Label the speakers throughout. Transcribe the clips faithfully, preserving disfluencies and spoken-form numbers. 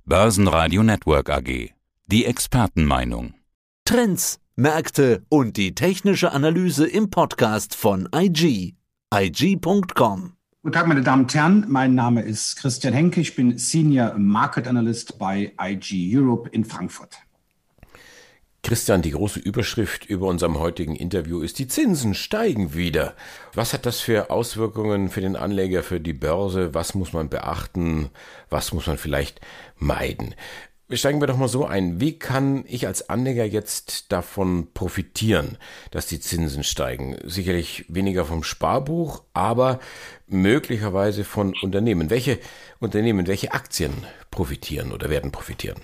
Speaker 1: Börsenradio Network A G. Die Expertenmeinung.
Speaker 2: Trends, Märkte und die technische Analyse im Podcast von I G. I G Punkt com.
Speaker 3: Guten Tag, meine Damen und Herren. Mein Name ist Christian Henke. Ich bin Senior Market Analyst bei I G Europe in Frankfurt.
Speaker 4: Christian, die große Überschrift über unserem heutigen Interview ist: Die Zinsen steigen wieder. Was hat das für Auswirkungen für den Anleger, für die Börse? Was muss man beachten? Was muss man vielleicht meiden? Steigen wir doch mal so ein. Wie kann ich als Anleger jetzt davon profitieren, dass die Zinsen steigen? Sicherlich weniger vom Sparbuch, aber möglicherweise von Unternehmen. Welche Unternehmen, welche Aktien profitieren oder werden profitieren?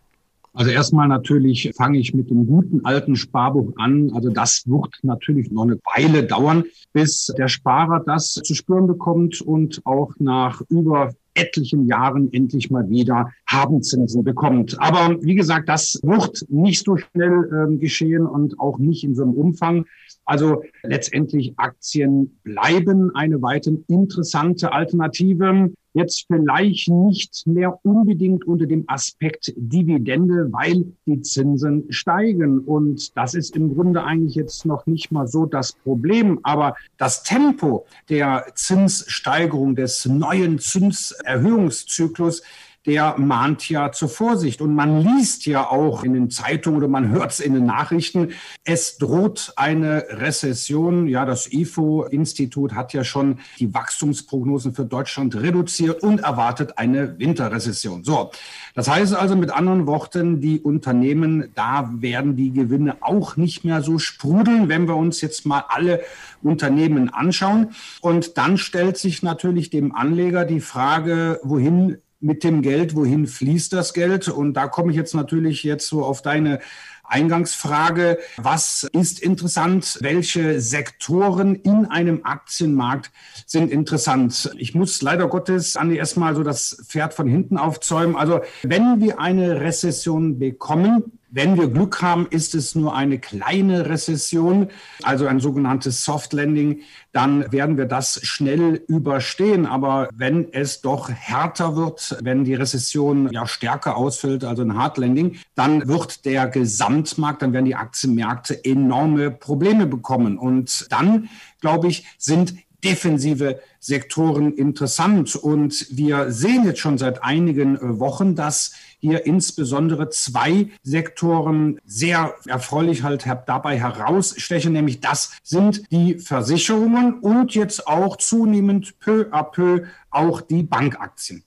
Speaker 3: Also erstmal natürlich fange ich mit dem guten alten Sparbuch an. Also das wird natürlich noch eine Weile dauern, bis der Sparer das zu spüren bekommt und auch nach über etlichen Jahren endlich mal wieder Habenzinsen bekommt. Aber wie gesagt, das wird nicht so schnell äh, geschehen und auch nicht in so einem Umfang. Also letztendlich Aktien bleiben eine weiterhin interessante Alternative. Jetzt vielleicht nicht mehr unbedingt unter dem Aspekt Dividende, weil die Zinsen steigen. Und das ist im Grunde eigentlich jetzt noch nicht mal so das Problem. Aber das Tempo der Zinssteigerung, des neuen Zinserhöhungszyklus, der mahnt ja zur Vorsicht. Und man liest ja auch in den Zeitungen oder man hört es in den Nachrichten, es droht eine Rezession. Ja, das I F O-Institut hat ja schon die Wachstumsprognosen für Deutschland reduziert und erwartet eine Winterrezession. So, das heißt also mit anderen Worten, die Unternehmen, da werden die Gewinne auch nicht mehr so sprudeln, wenn wir uns jetzt mal alle Unternehmen anschauen. Und dann stellt sich natürlich dem Anleger die Frage, wohin mit dem Geld, wohin fließt das Geld? Und da komme ich jetzt natürlich jetzt so auf deine Eingangsfrage. Was ist interessant? Welche Sektoren in einem Aktienmarkt sind interessant? Ich muss leider Gottes, Andi, erstmal so das Pferd von hinten aufzäumen. Also wenn wir eine Rezession bekommen, wenn wir Glück haben, ist es nur eine kleine Rezession, also ein sogenanntes Soft Landing, dann werden wir das schnell überstehen. Aber wenn es doch härter wird, wenn die Rezession ja stärker ausfällt, also ein Hard Landing, dann wird der Gesamtmarkt, dann werden die Aktienmärkte enorme Probleme bekommen. Und dann, glaube ich, sind defensive Sektoren interessant. Und wir sehen jetzt schon seit einigen Wochen, dass hier insbesondere zwei Sektoren sehr erfreulich halt dabei herausstechen, nämlich das sind die Versicherungen und jetzt auch zunehmend peu à peu auch die Bankaktien.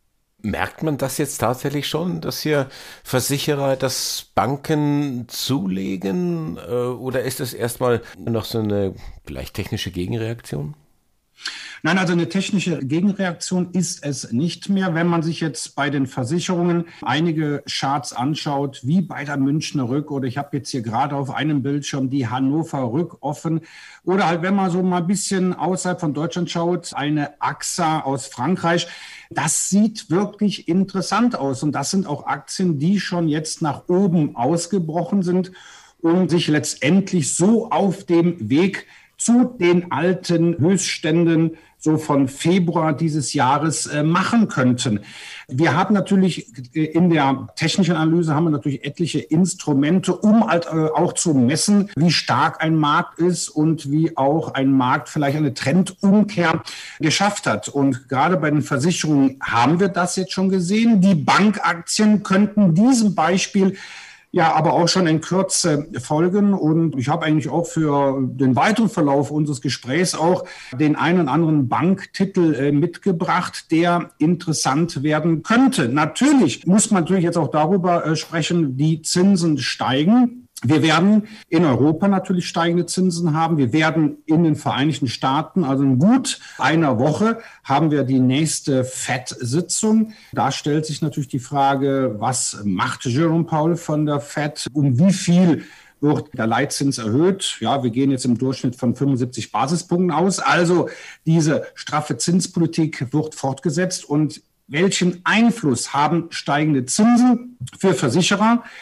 Speaker 4: Merkt man das jetzt tatsächlich schon, dass hier Versicherer das Banken zulegen, oder ist es erstmal noch so eine vielleicht technische Gegenreaktion?
Speaker 3: Nein, also eine technische Gegenreaktion ist es nicht mehr. Wenn man sich jetzt bei den Versicherungen einige Charts anschaut, wie bei der Münchner Rück, oder ich habe jetzt hier gerade auf einem Bildschirm die Hannover Rück offen, oder halt, wenn man so mal ein bisschen außerhalb von Deutschland schaut, eine A X A aus Frankreich. Das sieht wirklich interessant aus. Und das sind auch Aktien, die schon jetzt nach oben ausgebrochen sind und sich letztendlich so auf dem Weg zu den alten Höchstständen so von Februar dieses Jahres äh, machen könnten. Wir haben natürlich in der technischen Analyse haben wir natürlich etliche Instrumente, um halt äh, auch zu messen, wie stark ein Markt ist und wie auch ein Markt vielleicht eine Trendumkehr geschafft hat. Und gerade bei den Versicherungen haben wir das jetzt schon gesehen. Die Bankaktien könnten diesem Beispiel ja, aber auch schon in Kürze folgen. Und ich habe eigentlich auch für den weiteren Verlauf unseres Gesprächs auch den einen oder anderen Banktitel äh, mitgebracht, der interessant werden könnte. Natürlich muss man natürlich jetzt auch darüber äh, sprechen, die Zinsen steigen. Wir werden in Europa natürlich steigende Zinsen haben. Wir werden in den Vereinigten Staaten, also in gut einer Woche, haben wir die nächste Fed-Sitzung. Da stellt sich natürlich die Frage, was macht Jerome Powell von der Fed? Um wie viel wird der Leitzins erhöht? Ja, wir gehen jetzt im Durchschnitt von fünfundsiebzig Basispunkten aus. Also diese straffe Zinspolitik wird fortgesetzt. Und welchen Einfluss haben steigende Zinsen für Versicherer?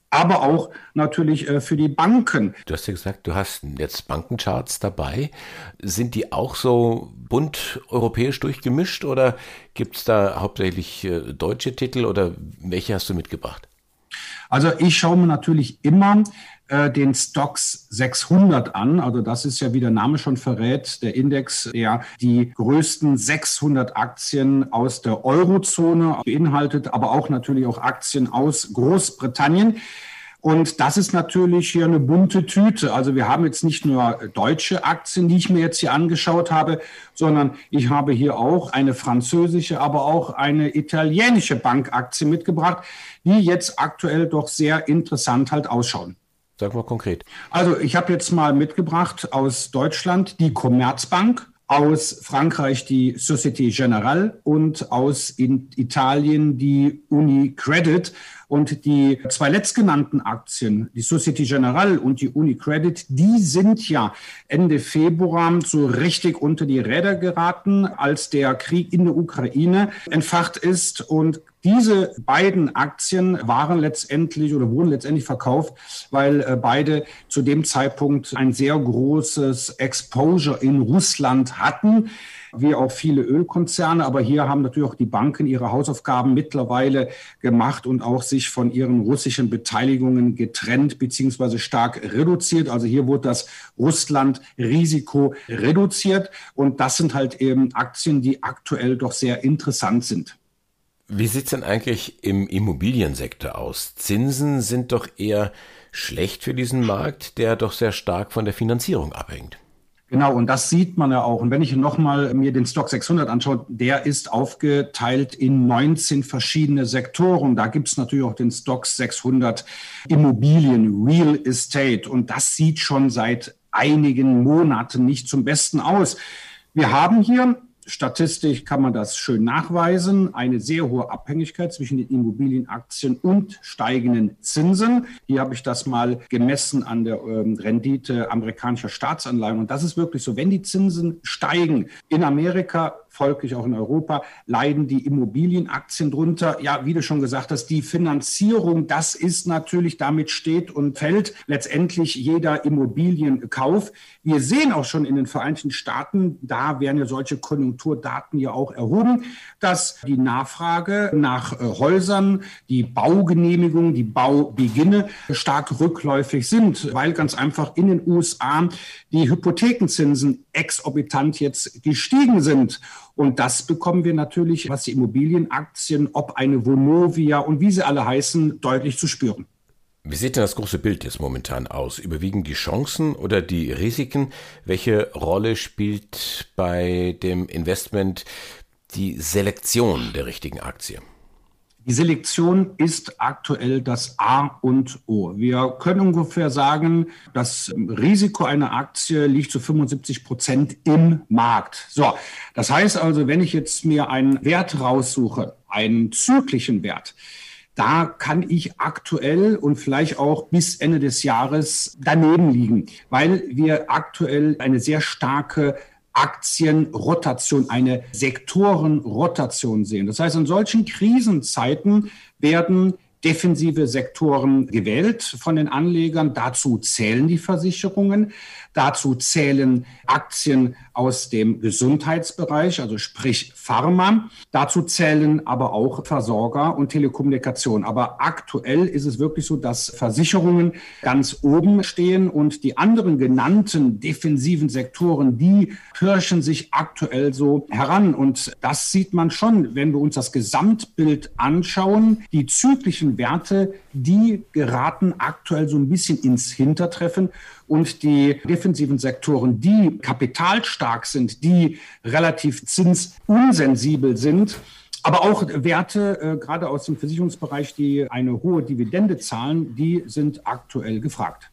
Speaker 3: aber auch natürlich äh, für die Banken.
Speaker 4: Du hast ja gesagt, du hast jetzt Bankencharts dabei. Sind die auch so bunt europäisch durchgemischt oder gibt es da hauptsächlich äh, deutsche Titel oder welche hast du mitgebracht?
Speaker 3: Also ich schaue mir natürlich immer äh, den Stoxx sechshundert an. Also das ist ja, wie der Name schon verrät, der Index, der die größten sechshundert Aktien aus der Eurozone beinhaltet, aber auch natürlich auch Aktien aus Großbritannien. Und das ist natürlich hier eine bunte Tüte. Also wir haben jetzt nicht nur deutsche Aktien, die ich mir jetzt hier angeschaut habe, sondern ich habe hier auch eine französische, aber auch eine italienische Bankaktie mitgebracht, die jetzt aktuell doch sehr interessant halt ausschauen.
Speaker 4: Sag mal konkret.
Speaker 3: Also ich habe jetzt mal mitgebracht aus Deutschland die Commerzbank, aus Frankreich die Société Générale und aus in Italien die UniCredit. Und die zwei letztgenannten Aktien, die Société Générale und die UniCredit, die sind ja Ende Februar so richtig unter die Räder geraten, als der Krieg in der Ukraine entfacht ist. Und diese beiden Aktien waren letztendlich oder wurden letztendlich verkauft, weil beide zu dem Zeitpunkt ein sehr großes Exposure in Russland hatten, wie auch viele Ölkonzerne. Aber hier haben natürlich auch die Banken ihre Hausaufgaben mittlerweile gemacht und auch sich von ihren russischen Beteiligungen getrennt bzw. stark reduziert. Also hier wurde das Russland-Risiko reduziert. Und das sind halt eben Aktien, die aktuell doch sehr interessant sind.
Speaker 4: Wie sieht es denn eigentlich im Immobiliensektor aus? Zinsen sind doch eher schlecht für diesen Markt, der doch sehr stark von der Finanzierung abhängt.
Speaker 3: Genau, und das sieht man ja auch. Und wenn ich nochmal mir den Stoxx sechshundert anschaue, der ist aufgeteilt in neunzehn verschiedene Sektoren. Da gibt es natürlich auch den Stoxx sechshundert Immobilien, Real Estate. Und das sieht schon seit einigen Monaten nicht zum Besten aus. Wir haben hier, statistisch kann man das schön nachweisen, eine sehr hohe Abhängigkeit zwischen den Immobilienaktien und steigenden Zinsen. Hier habe ich das mal gemessen an der ähm, Rendite amerikanischer Staatsanleihen. Und das ist wirklich so, wenn die Zinsen steigen in Amerika, folglich auch in Europa, leiden die Immobilienaktien drunter. Ja, wie du schon gesagt hast, die Finanzierung, das ist natürlich, damit steht und fällt letztendlich jeder Immobilienkauf. Wir sehen auch schon in den Vereinigten Staaten, da werden ja solche Konjunkturdaten ja auch erhoben, dass die Nachfrage nach Häusern, die Baugenehmigungen, die Baubeginne stark rückläufig sind, weil ganz einfach in den U S A die Hypothekenzinsen exorbitant jetzt gestiegen sind. Und das bekommen wir natürlich, was die Immobilienaktien, ob eine Vonovia und wie sie alle heißen, deutlich zu spüren.
Speaker 4: Wie sieht denn das große Bild jetzt momentan aus? Überwiegen die Chancen oder die Risiken? Welche Rolle spielt bei dem Investment die Selektion der richtigen Aktie?
Speaker 3: Die Selektion ist aktuell das A und O. Wir können ungefähr sagen, das Risiko einer Aktie liegt zu fünfundsiebzig Prozent im Markt. So, das heißt also, wenn ich jetzt mir einen Wert raussuche, einen zyklischen Wert, da kann ich aktuell und vielleicht auch bis Ende des Jahres daneben liegen, weil wir aktuell eine sehr starke Aktienrotation, eine Sektorenrotation sehen. Das heißt, in solchen Krisenzeiten werden defensive Sektoren gewählt von den Anlegern. Dazu zählen die Versicherungen, dazu zählen Aktien aus dem Gesundheitsbereich, also sprich Pharma. Dazu zählen aber auch Versorger und Telekommunikation. Aber aktuell ist es wirklich so, dass Versicherungen ganz oben stehen und die anderen genannten defensiven Sektoren, die pirschen sich aktuell so heran. Und das sieht man schon, wenn wir uns das Gesamtbild anschauen. Die zyklischen Werte, die geraten aktuell so ein bisschen ins Hintertreffen. Und die defensiven Sektoren, die kapitalstark sind, die relativ zinsunsensibel sind, aber auch Werte, äh, gerade aus dem Versicherungsbereich, die eine hohe Dividende zahlen, die sind aktuell gefragt.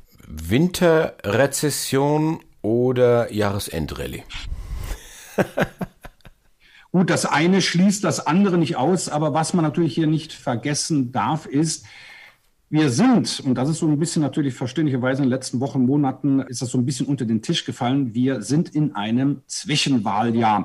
Speaker 4: Winterrezession oder Jahresendrallye?
Speaker 3: Gut, das eine schließt das andere nicht aus, aber was man natürlich hier nicht vergessen darf, ist, wir sind, und das ist so ein bisschen natürlich verständlicherweise in den letzten Wochen, Monaten, ist das so ein bisschen unter den Tisch gefallen, wir sind in einem Zwischenwahljahr.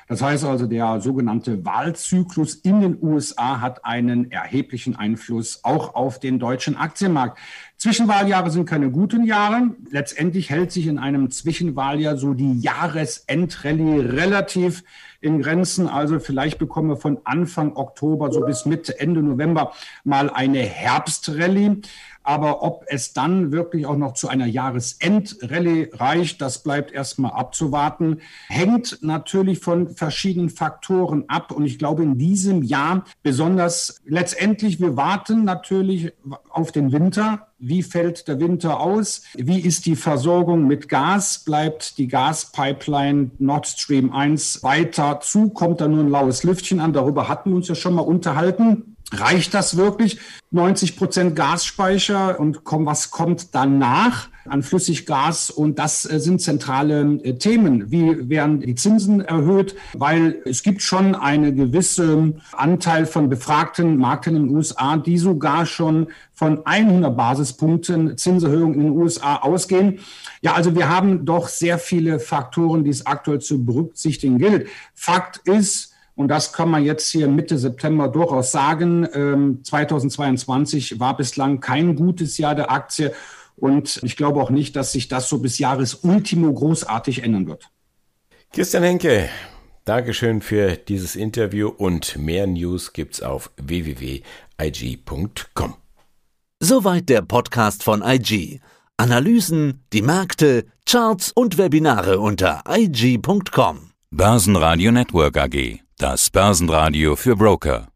Speaker 3: Das heißt also, der sogenannte Wahlzyklus in den U S A hat einen erheblichen Einfluss auch auf den deutschen Aktienmarkt. Zwischenwahljahre sind keine guten Jahre. Letztendlich hält sich in einem Zwischenwahljahr so die Jahresendrallye relativ in Grenzen. Also vielleicht bekommen wir von Anfang Oktober so bis Mitte, Ende November mal eine Herbstrallye. Aber ob es dann wirklich auch noch zu einer Jahresendrallye reicht, das bleibt erstmal abzuwarten. Hängt natürlich von verschiedenen Faktoren ab. Und ich glaube, in diesem Jahr besonders letztendlich, wir warten natürlich auf den Winter. Wie fällt der Winter aus? Wie ist die Versorgung mit Gas? Bleibt die Gaspipeline Nord Stream eins weiter zu? Kommt da nur ein laues Lüftchen an? Darüber hatten wir uns ja schon mal unterhalten. Reicht das wirklich? neunzig Prozent Gasspeicher und komm, was kommt danach an Flüssiggas? Und das äh, sind zentrale äh, Themen. Wie werden die Zinsen erhöht? Weil es gibt schon einen gewissen Anteil von befragten Markten in den U S A, die sogar schon von hundert Basispunkten Zinserhöhung in den U S A ausgehen. Ja, also wir haben doch sehr viele Faktoren, die es aktuell zu berücksichtigen gilt. Fakt ist, und das kann man jetzt hier Mitte September durchaus sagen, ähm, zweitausendzweiundzwanzig war bislang kein gutes Jahr der Aktie. Und ich glaube auch nicht, dass sich das so bis Jahresultimo großartig ändern wird.
Speaker 4: Christian Henke, Dankeschön für dieses Interview und mehr News gibt's auf w w w punkt i g punkt com.
Speaker 2: Soweit der Podcast von I G. Analysen, die Märkte, Charts und Webinare unter i g punkt com.
Speaker 1: Börsenradio Network A G. Das Börsenradio für Broker.